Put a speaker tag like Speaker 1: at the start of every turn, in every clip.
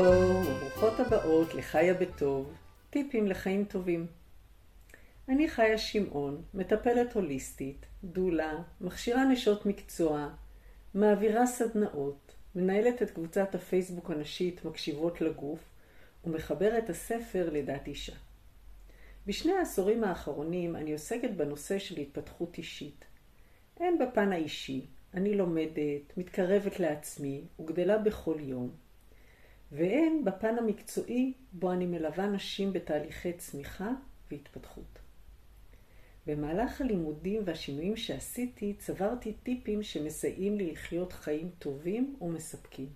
Speaker 1: שלום וברוכות הבאות לחיה בטוב, טיפים לחיים טובים. אני חיה שמעון, מטפלת הוליסטית, דולה, מכשירה נשות מקצוע, מעבירה סדנאות, מנהלת את קבוצת הפייסבוק הנשית מקשיבות לגוף ומחברת הספר לידת אישה. בשני העשורים האחרונים אני עוסקת בנושא של התפתחות אישית. הן בפן האישי, אני לומדת, מתקרבת לעצמי וגדלה בכל יום. והן בפן המקצועי בו אני מלווה נשים בתהליכי צמיחה והתפתחות. במהלך הלימודים והשינויים שעשיתי צברתי טיפים שמסייעים לי לחיות חיים טובים ומספקים.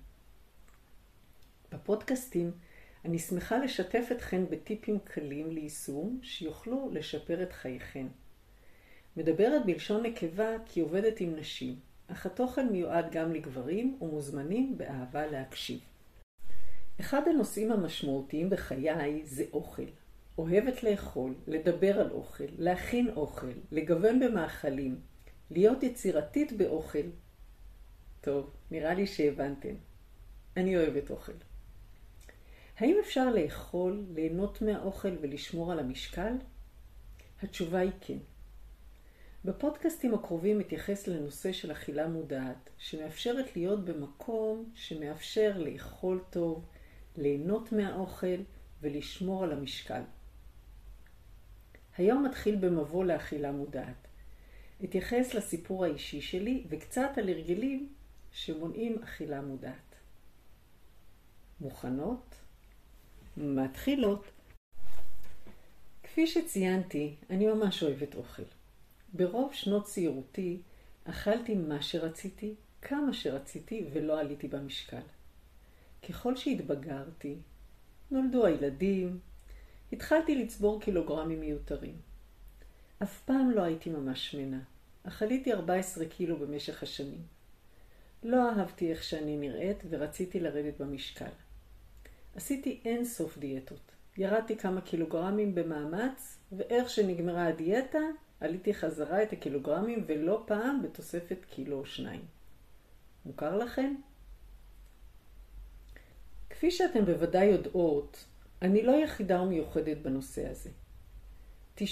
Speaker 1: בפודקאסטים אני שמחה לשתף אתכן בטיפים קלים ליישום שיוכלו לשפר את חייכן. מדברת בלשון נקבה כי עובדת עם נשים, אך התוכן מיועד גם לגברים ומוזמנים באהבה להקשיב. אחד הנושאים המשמעותיים בחיי זה אוכל. אוהבת לאכול, לדבר על אוכל, להכין אוכל, לגוון במאכלים, להיות יצירתית באוכל. טוב, נראה לי שהבנתם. אני אוהבת אוכל. האם אפשר לאכול, ליהנות מהאוכל ולשמור על המשקל? התשובה היא כן. בפודקאסטים הקרובים מתייחס לנושא של אכילה מודעת, שמאפשרת להיות במקום שמאפשר לאכול טוב, ליהנות מהאוכל ולשמור על המשקל. היום מתחיל במבוא לאכילה מודעת. אתייחס לסיפור האישי שלי וקצת על הרגלים שמונעים אכילה מודעת. מוכנות? מתחילות. כפי שציינתי, אני ממש אוהבת אוכל. ברוב שנות צעירותי אכלתי מה שרציתי, כמה שרציתי ולא עליתי במשקל. ככל שהתבגרתי, נולדו הילדים, התחלתי לצבור קילוגרמים מיותרים. אף פעם לא הייתי ממש שמנה, אך עליתי 14 קילו במשך השנים. לא אהבתי איך שאני נראית ורציתי לרדת במשקל. עשיתי אין סוף דיאטות. ירדתי כמה קילוגרמים במאמץ, ואיך שנגמרה הדיאטה, עליתי חזרה את הקילוגרמים ולא פעם בתוספת קילו או שניים. מוכר לכם? כפי שאתם בוודאי יודעות, אני לא יחידה ומיוחדת בנושא הזה. 97%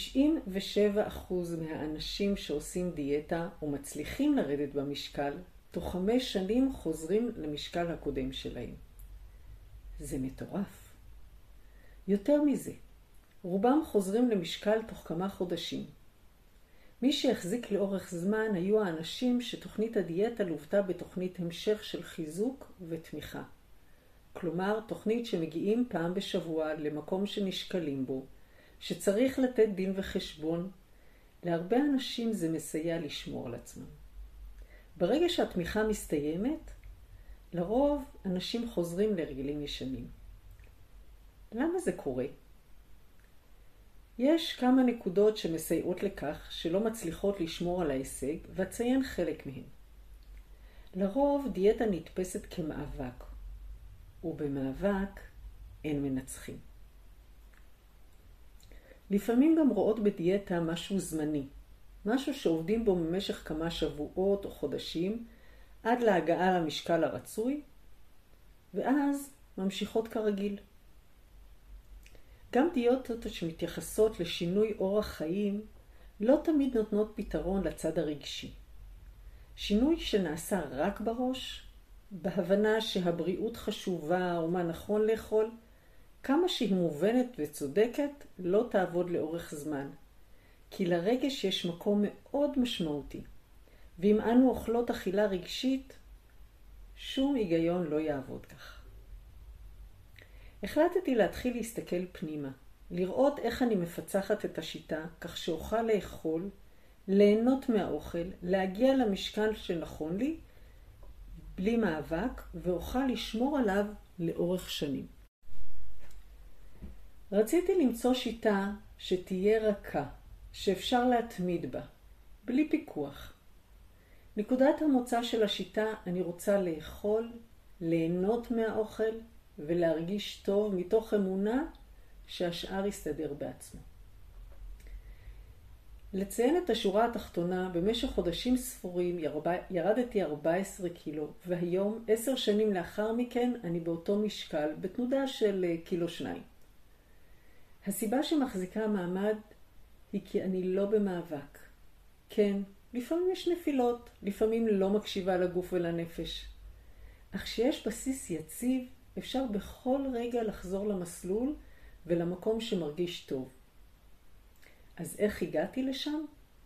Speaker 1: מהאנשים שעושים דיאטה ומצליחים לרדת במשקל, תוך 5 שנים חוזרים למשקל הקודם שלהם. זה מטורף. יותר מזה, רובם חוזרים למשקל תוך כמה חודשים. מי שהחזיק לאורך זמן היו האנשים שתוכנית הדיאטה לוותה בתוכנית המשך של חיזוק ותמיכה. כלומר, תוכנית שמגיעים פעם בשבוע למקום שנשקלים בו, שצריך לתת דין וחשבון. להרבה אנשים זה מסייע לשמור על עצמם. ברגע שהתמיכה מסתיימת, לרוב אנשים חוזרים להרגלים ישנים. למה זה קורה? יש כמה נקודות שמסייעות לכך שלא מצליחות לשמור על ההישג, ואציין חלק מהן. לרוב דיאטה נתפסת כמאבק, ובמאבק אין מנצחים. לפעמים גם רואות בדיאטה משהו זמני, משהו שעובדים בו במשך כמה שבועות או חודשים, עד להגעה למשקל הרצוי, ואז ממשיכות כרגיל. גם דיאטות שמתייחסות לשינוי אורח חיים לא תמיד נותנות פתרון לצד הרגשי. שינוי שנעשה רק בראש, בהבנה שהבריאות חשובה ומה נכון לאכול, כמה שהיא מובנת וצודקת לא תעבוד לאורך זמן, כי לרגש יש מקום מאוד משמעותי, ואם אנו אוכלות אכילה רגשית, שום היגיון לא יעבוד כך. החלטתי להתחיל להסתכל פנימה, לראות איך אני מפצחת את השיטה, כך שאוכל לאכול, ליהנות מהאוכל, להגיע למשקל שנכון לי, בלי מאבק, ואוכל לשמור עליו לאורך שנים. רציתי למצוא שיטה שתהיה רכה, שאפשר להתמיד בה, בלי פיקוח. נקודת המוצא של השיטה, אני רוצה לאכול, ליהנות מהאוכל, ולהרגיש טוב מתוך אמונה שהשאר יסתדר בעצמו. לציין את השורה התחתונה, במשך חודשים ספורים ירדתי 14 קילו, והיום, 10 שנים לאחר מכן, אני באותו משקל, בתנודה של 1-2 קילו. הסיבה שמחזיקה מעמד היא כי אני לא במאבק. כן, לפעמים יש נפילות, לפעמים לא מקשיבה לגוף ולנפש. אך כשיש בסיס יציב, אפשר בכל רגע לחזור למסלול ולמקום שמרגיש טוב. אז איך הגעתי לשם?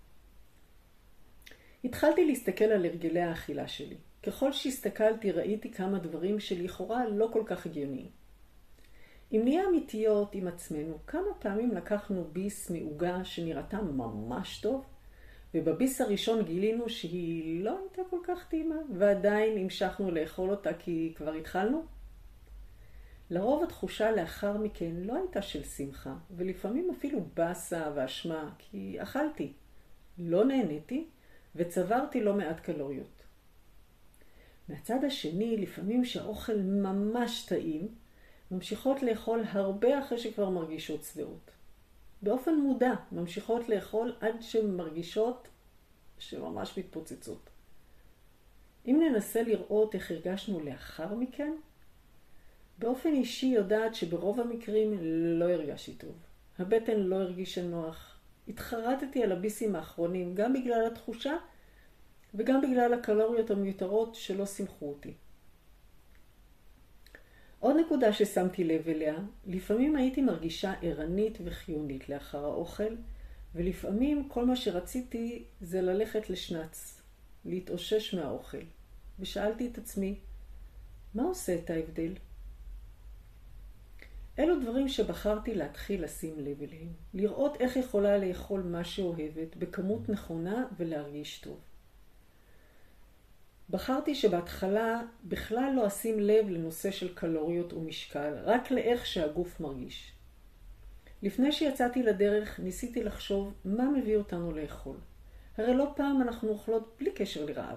Speaker 1: התחלתי להסתכל על הרגלי האכילה שלי. ככל שהסתכלתי ראיתי כמה דברים שלכאורה לא כל כך הגיוניים. אם נהיה אמיתיות עם עצמנו, כמה פעמים לקחנו ביס מעוגה שנראתה ממש טוב, ובביס הראשון גילינו שהיא לא הייתה כל כך טעימה, ועדיין המשכנו לאכול אותה כי כבר התחלנו? לרוב התחושה לאחר מכן לא הייתה של שמחה, ולפעמים אפילו בסה ואשמה, כי אכלתי. לא נהניתי, וצברתי לא מעט קלוריות. מהצד השני, לפעמים שהאוכל ממש טעים, ממשיכות לאכול הרבה אחרי שכבר מרגישות שבעות. באופן מודע, ממשיכות לאכול עד שמרגישות שממש מתפוצצות. אם ננסה לראות איך הרגשנו לאחר מכן, באופן אישי יודעת שברוב המקרים לא הרגשתי טוב. הבטן לא הרגישה נוח. התחרטתי על הביסים האחרונים, גם בגלל התחושה וגם בגלל הקלוריות המיותרות שלא שמחו אותי. עוד נקודה ששמתי לב אליה, לפעמים הייתי מרגישה ערנית וחיונית לאחר האוכל, ולפעמים כל מה שרציתי זה ללכת לשנץ, להתאושש מהאוכל. ושאלתי את עצמי, מה עושה את ההבדל? אלו דברים שבחרתי להתחיל לשים לב אליהם. לראות איך יכולה לאכול מה שאוהבת בכמות נכונה ולהרגיש טוב. בחרתי שבהתחלה בכלל לא אשים לב לנושא של קלוריות ומשקל, רק לאיך שהגוף מרגיש. לפני שיצאתי לדרך ניסיתי לחשוב מה מביא אותנו לאכול. הרי לא פעם אנחנו אוכלות בלי קשר לרעב.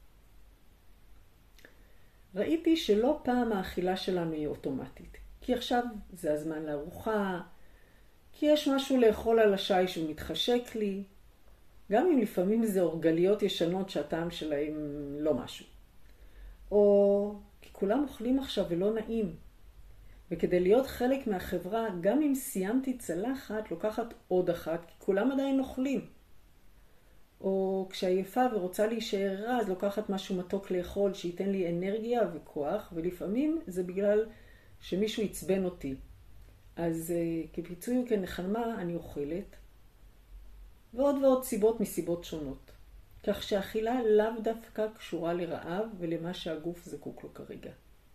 Speaker 1: ראיתי שלא פעם האכילה שלנו היא אוטומטית. כי עכשיו זה הזמן לארוחה, כי יש משהו לאכול על השי שהוא מתחשק לי, גם אם לפעמים זה אורגליות ישנות שהטעם שלהם לא משהו. או כי כולם אוכלים עכשיו ולא נעים. וכדי להיות חלק מהחברה, גם אם סיימתי צלחת, לוקחת עוד אחת, כי כולם עדיין אוכלים. או כשעייפה ורוצה להישאר רע, אז לוקחת משהו מתוק לאכול שייתן לי אנרגיה וכוח, ולפעמים זה בגלל שמישהו יצבן אותי. אז כפיצוי וכנחמה אני אוכלת, ועוד ועוד סיבות מסיבות שונות. כך שהאכילה לאו דווקא קשורה לרעב ולמה שהגוף זקוק לו כרגע.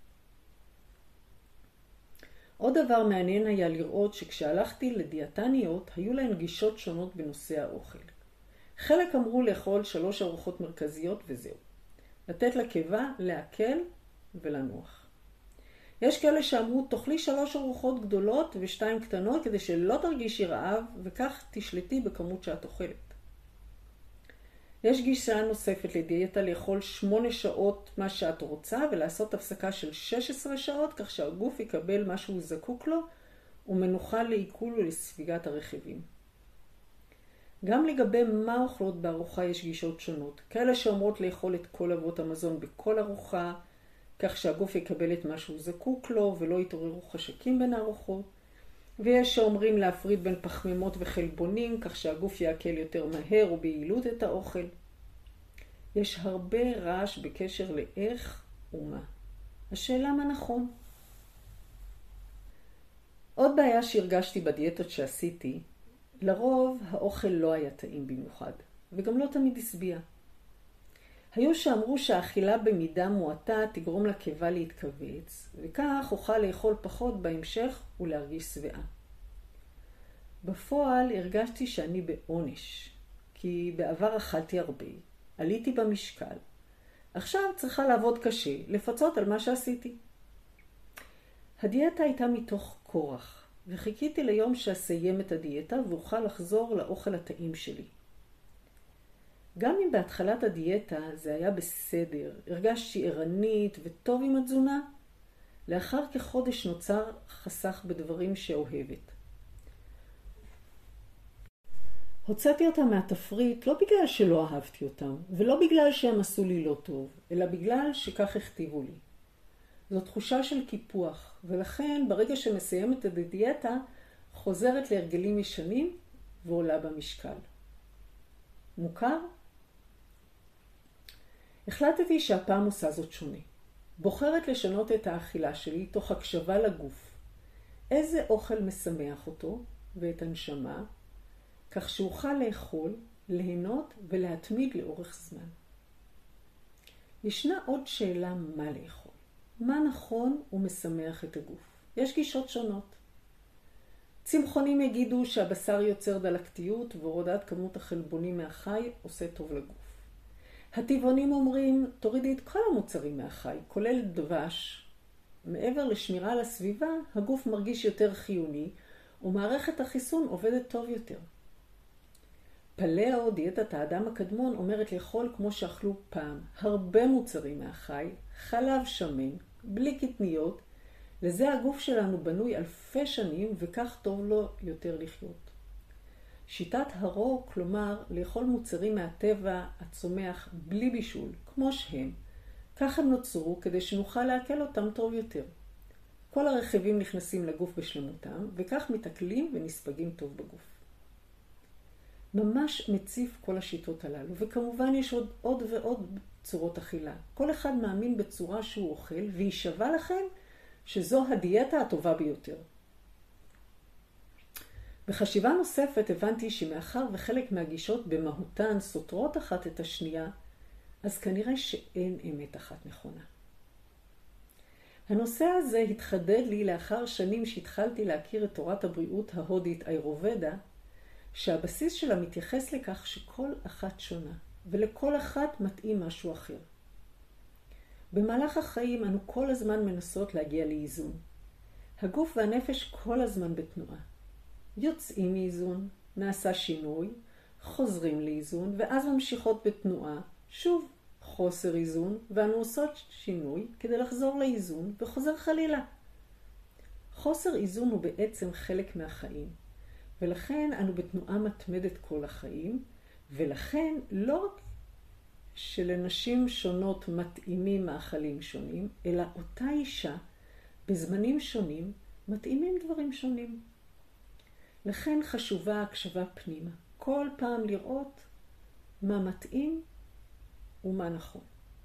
Speaker 1: עוד דבר מעניין היה לראות שכשהלכתי לדיאטניות, היו להן גישות שונות בנושא האוכל. חלק אמרו לאכול 3 ארוחות מרכזיות וזהו. לתת לקיבה, להקל ולנוח. יש כאלה שאמרו, תאכלי 3 ארוחות גדולות ו2 קטנות כדי שלא תרגישי רעב, וכך תשלטי בכמות שאת אוכלת. יש גישה נוספת לדיאטה לאכול 8 שעות מה שאת רוצה, ולעשות הפסקה של 16 שעות, כך שהגוף יקבל מה שהוא זקוק לו, ומנוחה לעיכול ולספיגת הרכיבים. גם לגבי מה אוכלות בארוחה יש גישות שונות. כאלה שאומרות לאכול את כל אבות המזון בכל ארוחה, כך שהגוף יקבל את מה שהוא זקוק לו ולא יתעוררו חשקים בין הארוחות. ויש שאומרים להפריד בין פחמימות וחלבונים, כך שהגוף יעכל יותר מהר וביעילות את האוכל. יש הרבה רעש בקשר לאיך ומה. השאלה מה נכון. עוד בעיה שהרגשתי בדיאטות שעשיתי, לרוב האוכל לא היה טעים במיוחד, וגם לא תמיד הסביע. היו שאמרו שהאכילה במידה מועטה תגרום לקיבה להתכווץ, וכך אוכל לאכול פחות בהמשך ולהרגיש שבעה. בפועל הרגשתי שאני בעונש, כי בעבר אכלתי הרבה, עליתי במשקל. עכשיו צריכה לעבוד קשה, לפצות על מה שעשיתי. הדיאטה הייתה מתוך כורח, וחיכיתי ליום שאסיים את הדיאטה ואוכל לחזור לאוכל הטעים שלי. גם אם בהתחלת הדיאטה זה היה בסדר, הרגשתי ערנית וטוב עם התזונה, לאחר כחודש נוצר חסך בדברים שאוהבת. הוצאתי אותם מהתפריט לא בגלל שלא אהבתי אותם, ולא בגלל שהם עשו לי לא טוב, אלא בגלל שכך הכתיבו לי. זו תחושה של קיפוח, ולכן ברגע שמסיימת את הדיאטה, חוזרת להרגלים ישנים ועולה במשקל. מוכר? החלטתי שהפעם עושה זאת שונה. בוחרת לשנות את האכילה שלי תוך הקשבה לגוף. איזה אוכל משמח אותו ואת הנשמה, כך שאוכל לאכול, ליהנות ולהתמיד לאורך זמן. ישנה עוד שאלה מה לאכול. מה נכון ומשמח את הגוף? יש גישות שונות. צמחונים יגידו שהבשר יוצר דלקתיות והורדת כמות החלבונים מהחי עושה טוב לגוף. הטבעונים אומרים, תורידי את כל המוצרים מהחי, כולל דבש. מעבר לשמירה על הסביבה, הגוף מרגיש יותר חיוני, ומערכת החיסון עובדת טוב יותר. פלאו, דיאטת האדם הקדמון, אומרת לאכול כמו שאכלו פעם, הרבה מוצרים מהחי, חלב שמן, בלי קטניות, לזה הגוף שלנו בנוי אלפי שנים וכך טוב לו יותר לחיות. שיטת הרו, כלומר לאכול מוצרים מהטבע הצומח בלי בישול, כמו שהם, כך הם נוצרו כדי שנוכל לעכל אותם טוב יותר. כל הרכיבים נכנסים לגוף בשלמותם וכך מתעכלים ונספגים טוב בגוף. ממש מציף כל השיטות הללו, וכמובן יש עוד ועוד צורות אכילה. כל אחד מאמין בצורה שהוא אוכל, והיא שווה לכם שזו הדיאטה הטובה ביותר. בחשיבה נוספת הבנתי שמאחר וחלק מהגישות במהותן סותרות אחת את השנייה, אז כנראה שאין אמת אחת נכונה. הנושא הזה התחדד לי לאחר שנים שהתחלתי להכיר את תורת הבריאות ההודית איירובדה, שהבסיס שלה מתייחס לכך שכל אחת שונה, ולכל אחת מתאים משהו אחר. במהלך החיים אנו כל הזמן מנסות להגיע לאיזון. הגוף והנפש כל הזמן בתנועה. יוצאים מאיזון, נעשה שינוי, חוזרים לאיזון, ואז ממשיכות בתנועה, שוב חוסר איזון, ואנו עושות שינוי כדי לחזור לאיזון, וחוזר חלילה. חוסר איזון הוא בעצם חלק מהחיים. ולכן אנו בתנועה מתמדת כל החיים, ולכן לא רק שלנשים שונות מתאימים מאכלים שונים, אלא אותה אישה בזמנים שונים מתאימים דברים שונים. לכן חשובה הקשבה פנימה, כל פעם לראות מה מתאים ומה נכון.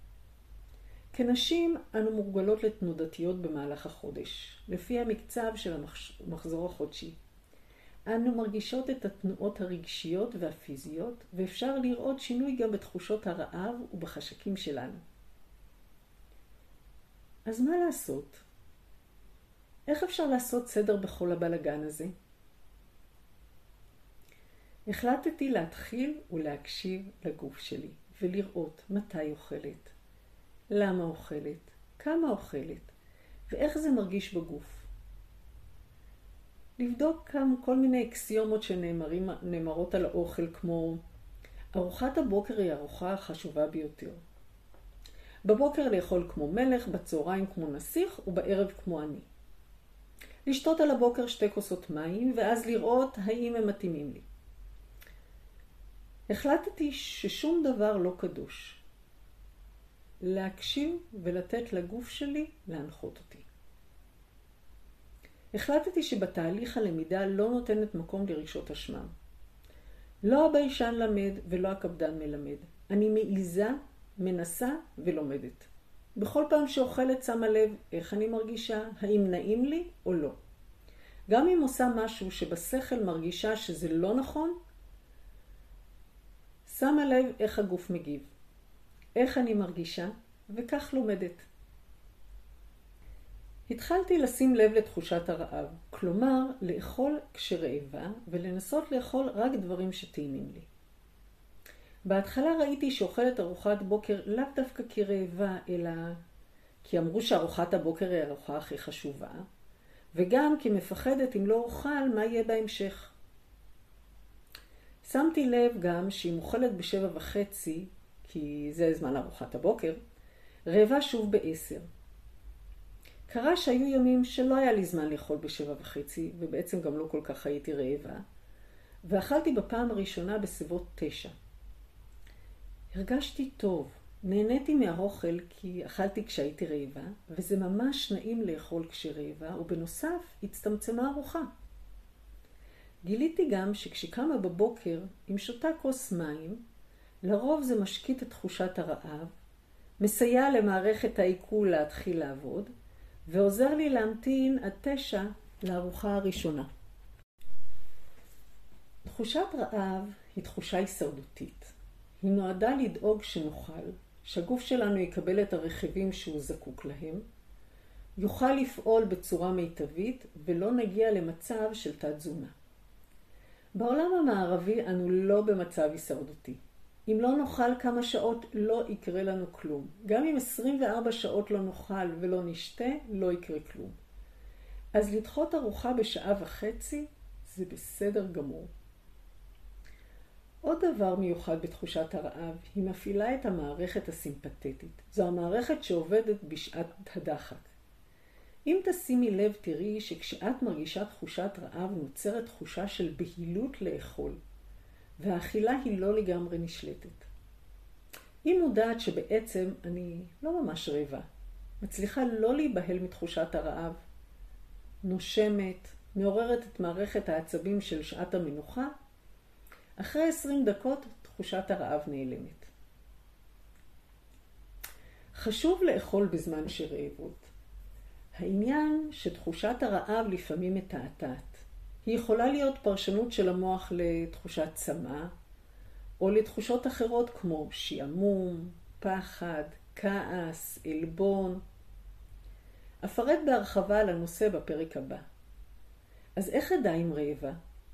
Speaker 1: כנשים אנו מורגלות לתנודתיות במהלך החודש, לפי המקצב של המחזור החודשי. אנו מרגישות את התנועות הרגשיות והפיזיות, ואפשר לראות שינוי גם בתחושות הרעב ובחשקים שלנו. אז מה לעשות? איך אפשר לעשות סדר בכל הבלגן הזה? החלטתי להתחיל ולהקשיב לגוף שלי, ולראות מתי אוכלת, למה אוכלת, כמה אוכלת, ואיך זה מרגיש בגוף. לבדוק כאן כל מיני אקסיומות שנאמרות על האוכל, כמו ארוחת הבוקר היא הארוחה החשובה ביותר. בבוקר לאכול כמו מלך, בצהריים כמו נסיך ובערב כמו אני. לשתות על הבוקר 2 כוסות מים ואז לראות האם הם מתאימים לי. החלטתי ששום דבר לא קדוש. להקשיב ולתת לגוף שלי להנחות אותי. החלטתי שבתהליך הלמידה לא נותנת מקום לרגשות אשמה. לא הביישן למד ולא הקפדן מלמד. אני מעיזה, מנסה ולומדת. בכל פעם שאוכלת שמה לב איך אני מרגישה, האם נעים לי או לא. גם אם עושה משהו שבשכל מרגישה שזה לא נכון, שמה לב איך הגוף מגיב. איך אני מרגישה וכך לומדת. התחלתי לשים לב לתחושת הרעב, כלומר לאכול כשרעבה ולנסות לאכול רק דברים שטעימים לי. בהתחלה ראיתי שאוכלת ארוחת בוקר לאו דווקא כרעבה, אלא כי אמרו שארוחת הבוקר היא הארוחה הכי חשובה, וגם כי מפחדת אם לא אוכל מה יהיה בהמשך. שמתי לב גם שאם אוכלת ב7:30, כי זה זמן ארוחת הבוקר, רעבה שוב ב10. קרה שהיו ימים שלא היה לי זמן לאכול ב7:30, ובעצם גם לא כל כך הייתי רעבה. ואכלתי בפעם הראשונה בסביבות 9. הרגשתי טוב, נהניתי מהאוכל כי אכלתי כשהייתי רעבה, וזה ממש נעים לאכול כשרעבה, ובנוסף הצטמצמה ארוחה. גיליתי גם שכשקמה בבוקר עם שותה כוס מים, לרוב זה משקיט את תחושת הרעב, מסייע למערכת העיכול להתחיל לעבוד, ועוזר לי להמתין עד 9 לארוחה הראשונה. תחושת רעב היא תחושה הישרדותית. היא נועדה לדאוג שנוכל, שהגוף שלנו יקבל את הרכיבים שהוא זקוק להם, יוכל לפעול בצורה מיטבית ולא נגיע למצב של תת-תזונה. בעולם המערבי אנו לא במצב הישרדותי. אם לא נאכל כמה שעות לא יקרה לנו כלום. גם אם 24 שעות לא נאכל ולא נשתה, לא יקרה כלום. אז לדחות ארוחה בשעה וחצי זה בסדר גמור. עוד דבר מיוחד בתחושת הרעב, היא מפעילה את המערכת הסימפתטית. זו המערכת שעובדת בשעת הדחק. אם תשימי לב תראי שכשאת מרגישה תחושת רעב נוצרת תחושה של בהילות לאכול, והאכילה היא לא לגמרי נשלטת. אם מודעת שבעצם אני לא ממש רעבה, מצליחה לא להיבהל מתחושת הרעב, נושמת, מעוררת את מערכת העצבים של שעת המנוחה, אחרי 20 דקות תחושת הרעב נעלמת. חשוב לאכול בזמן שרעבות. העניין שתחושת הרעב לפעמים מתעתעת. היא יכולה להיות פרשנות של המוח לתחושת צמא, או לתחושות אחרות כמו שעמום, פחד, כעס, עלבון. אפרט בהרחבה על הנושא בפרק הבא. אז איך אדע אם רעבה?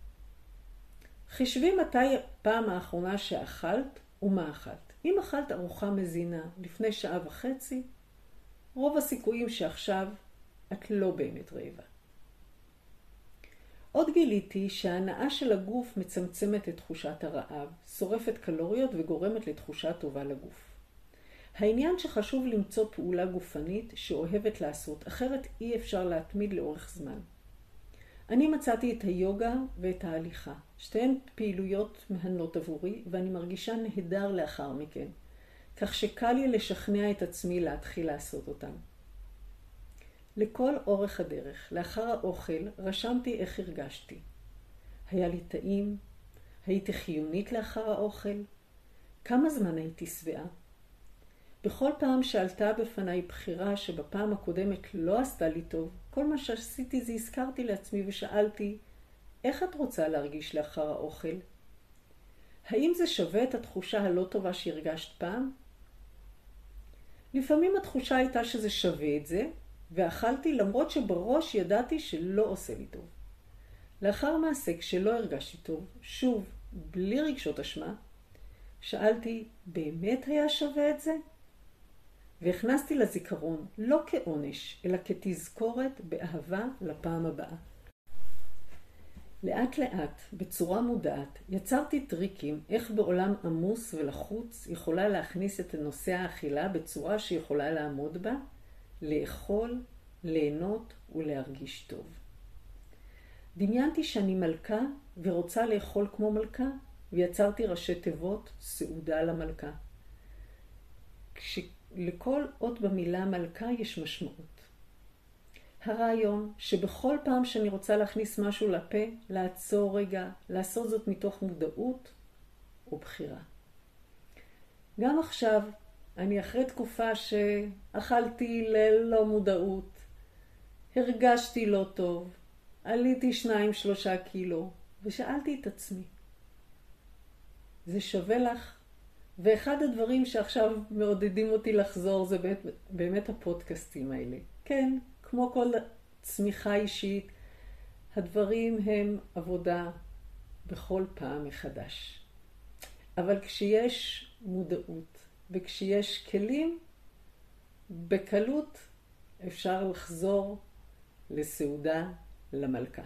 Speaker 1: חשבי מתי פעם האחרונה שאכלת ומה אכלת. אם אכלת ארוחה מזינה לפני שעה וחצי, רוב הסיכויים שעכשיו את לא באמת רעבה. עוד גיליתי שההנאה של הגוף מצמצמת את תחושת הרעב, שורפת קלוריות וגורמת לתחושה טובה לגוף. העניין שחשוב למצוא פעולה גופנית שאוהבת לעשות, אחרת אי אפשר להתמיד לאורך זמן. אני מצאתי את היוגה ואת ההליכה, שתיהן פעילויות מהנות עבורי, ואני מרגישה נהדר לאחר מכן, כך שקל לי לשכנע את עצמי להתחיל לעשות אותן. לכל אורך הדרך, לאחר האוכל, רשמתי איך הרגשתי. היה לי טעים, הייתי חיונית לאחר האוכל, כמה זמן הייתי שבעה. בכל פעם שעלתה בפניי בחירה שבפעם הקודמת לא עשתה לי טוב, כל מה שעשיתי זה הזכרתי לעצמי ושאלתי, איך את רוצה להרגיש לאחר האוכל? האם זה שווה את התחושה הלא טובה שהרגשת פעם? לפעמים התחושה הייתה שזה שווה את זה, ואכלתי למרות שבראש ידעתי שלא עושה לי טוב. לאחר מעשה, כשלא הרגשתי טוב, שוב, בלי רגשות אשמה, שאלתי, באמת היה שווה את זה? והכנסתי לזיכרון, לא כעונש, אלא כתזכורת באהבה לפעם הבאה. לאט לאט, בצורה מודעת, יצרתי טריקים איך בעולם עמוס ולחוץ יכולה להכניס את נושא האכילה בצורה שיכולה לעמוד בה, לאכול, ליהנות ולהרגיש טוב. דמיינתי שאני מלכה ורוצה לאכול כמו מלכה, ויצרתי ראשי תיבות סעודה למלכה. כשלכל אות במילה מלכה יש משמעות. הרעיון שבכל פעם שאני רוצה להכניס משהו לפה, לעצור רגע, לעשות זאת מתוך מודעות או בחירה. גם עכשיו, אני אחרי תקופה שאכלתי ללא מודעות, הרגשתי לא טוב, עליתי 2-3 קילו, ושאלתי את עצמי, זה שווה לך? ואחד הדברים שעכשיו מעודדים אותי לחזור זה באמת הפודקאסטים האלה. כן, כמו כל צמיחה אישית, הדברים הם עבודה בכל פעם מחדש. אבל כשיש מודעות וכשיש כלים, בקלות אפשר לחזור לסעודה למלכה.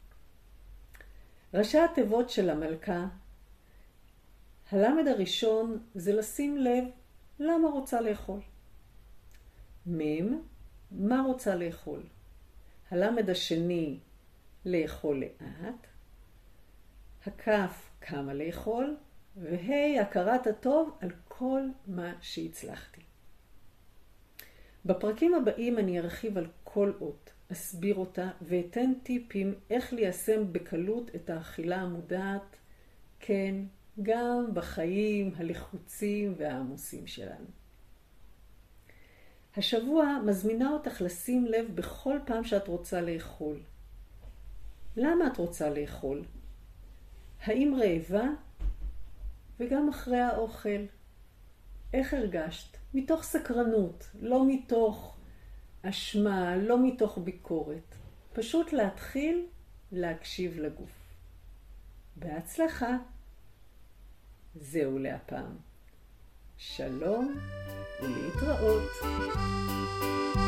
Speaker 1: ראשי התיבות של המלכה, הלמד הראשון זה לשים לב למה רוצה לאכול. מה רוצה לאכול? הלמד השני, לאכול לאט. הכף כמה לאכול, הכרת הטוב על כל מה שהצלחתי. בפרקים הבאים אני ארחיב על כל אות, אסביר אותה ואתן טיפים איך ליישם בקלות את האכילה המודעת, כן, גם בחיים הלחוצים והעמוסים שלנו. השבוע מזמינה אותך לשים לב בכל פעם שאת רוצה לאכול. למה את רוצה לאכול? האם רעבה? וגם אחרי האוכל. איך הרגשת? מתוך סקרנות, לא מתוך אשמה, לא מתוך ביקורת. פשוט להתחיל להקשיב לגוף. בהצלחה. זהו להפעם. שלום ולהתראות.